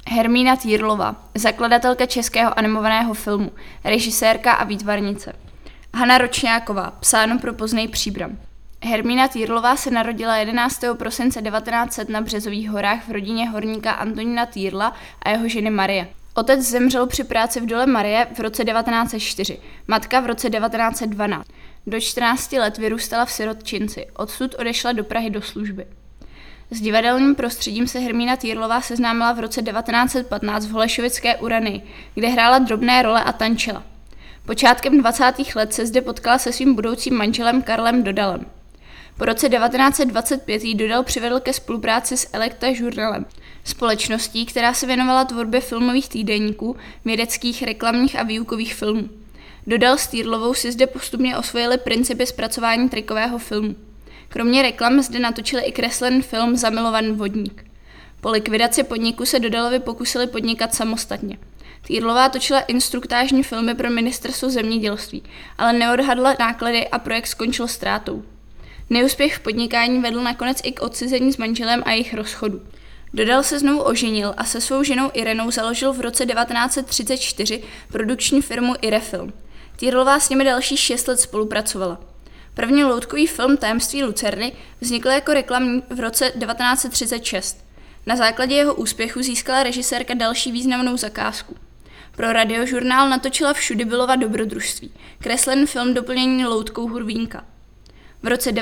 Hermína Týrlová, zakladatelka českého animovaného filmu, režisérka a výtvarnice. Hana Ročňáková, psáno pro Poznej Příbram. Hermína Týrlová se narodila 11. prosince 1900 na Březových horách v rodině horníka Antonína Týrla a jeho ženy Marie. Otec zemřel při práci v Dole Marie v roce 1904, matka v roce 1912. Do 14 let vyrůstala v sirotčinci, odsud odešla do Prahy do služby. S divadelním prostředím se Hermína Týrlová seznámila v roce 1915 v Holešovické Uranii, kde hrála drobné role a tančila. Počátkem 20. let se zde potkala se svým budoucím manželem Karlem Dodalem. Po roce 1925 jí Dodal přivedl ke spolupráci s Elekta Journalem, společností, která se věnovala tvorbě filmových týdeníků, vědeckých, reklamních a výukových filmů. Dodal s Týrlovou si zde postupně osvojili principy zpracování trikového filmu. Kromě reklam zde natočili i kreslený film Zamilovaný vodník. Po likvidaci podniku se Dodalovi pokusili podnikat samostatně. Týrlová točila instruktážní filmy pro ministerstvo zemědělství, ale neodhadla náklady a projekt skončil ztrátou. Neúspěch v podnikání vedl nakonec i k odcizení s manželem a jejich rozchodu. Dodal se znovu oženil a se svou ženou Irenou založil v roce 1934 produkční firmu Irefilm. Týrlová s nimi další 6 let spolupracovala. První loutkový film Tajemství Lucerny vznikl jako reklamní v roce 1936. Na základě jeho úspěchu získala režisérka další významnou zakázku. Pro Radiožurnál natočila Všudybilova dobrodružství, kreslený film doplněný loutkou Hurvínka. V roce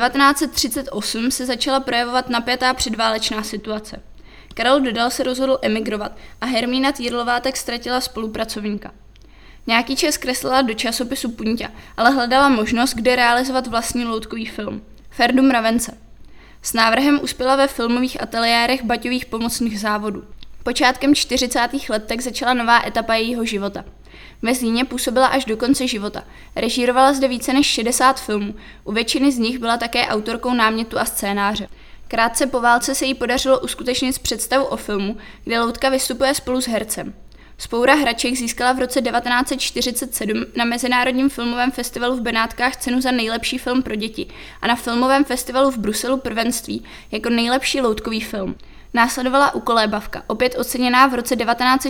1938 se začala projevovat napjatá předválečná situace. Karel Dodal se rozhodl emigrovat a Hermína Týrlová tak ztratila spolupracovníka. Nějaký čas kreslila do časopisu Punťa, ale hledala možnost, kde realizovat vlastní loutkový film. Ferdu Mravence. S návrhem uspěla ve filmových ateliérech Baťových pomocných závodů. Počátkem 40. let tak začala nová etapa jejího života. Ve Zlíně působila až do konce života. Režírovala zde více než 60 filmů, u většiny z nich byla také autorkou námětu a scénáře. Krátce po válce se jí podařilo uskutečnit představu o filmu, kde loutka vystupuje spolu s hercem. Spoura hraček získala v roce 1947 na Mezinárodním filmovém festivalu v Benátkách cenu za nejlepší film pro děti a na filmovém festivalu v Bruselu prvenství jako nejlepší loutkový film. Následovala Ukolébavka, opět oceněná v roce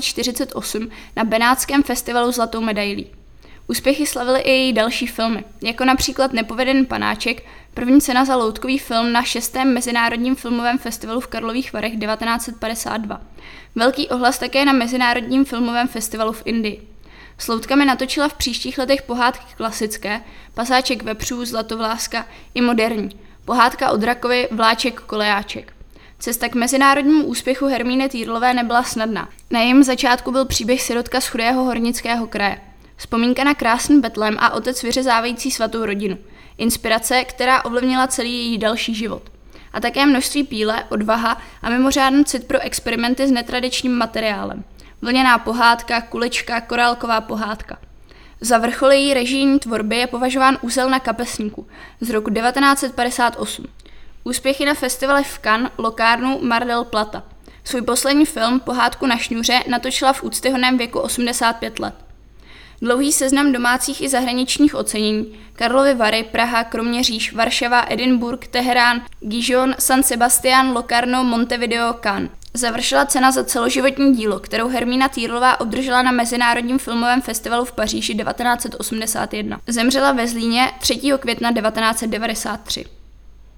1948 na Benátském festivalu zlatou medailí. Úspěchy slavily i její další filmy, jako například Nepovedený panáček, první cena za loutkový film na 6. Mezinárodním filmovém festivalu v Karlových Varech 1952. Velký ohlas také na Mezinárodním filmovém festivalu v Indii. S loutkami natočila v příštích letech pohádky klasické, Pasáček vepřů, Zlatovláska i moderní, pohádka o drakovi, Vláček, Kolejáček. Cesta k mezinárodnímu úspěchu Hermíny Týrlové nebyla snadná. Na jejím začátku byl příběh sirotka z chudého hornického kraje. Vzpomínka na krásný Betlém a otec vyřezávající svatou rodinu. Inspirace, která ovlivnila celý její další život. A také množství píle, odvaha a mimořádný cit pro experimenty s netradičním materiálem. Vlněná pohádka, kulička, korálková pohádka. Za vrchol její režijní tvorby je považován Úzel na kapesníku z roku 1958. Úspěchy na festivalech v Cannes, Locarnu, Mar del Plata. Svůj poslední film, Pohádku na šňůře, natočila v úctyhodném věku 85 let. Dlouhý seznam domácích i zahraničních ocenění, Karlovy Vary, Praha, Kroměříž, Varšava, Edinburgh, Teherán, Gijon, San Sebastián, Locarno, Montevideo, Cannes. Završila cena za celoživotní dílo, kterou Hermína Týrlová obdržela na Mezinárodním filmovém festivalu v Paříži 1981. Zemřela ve Zlíně 3. května 1993.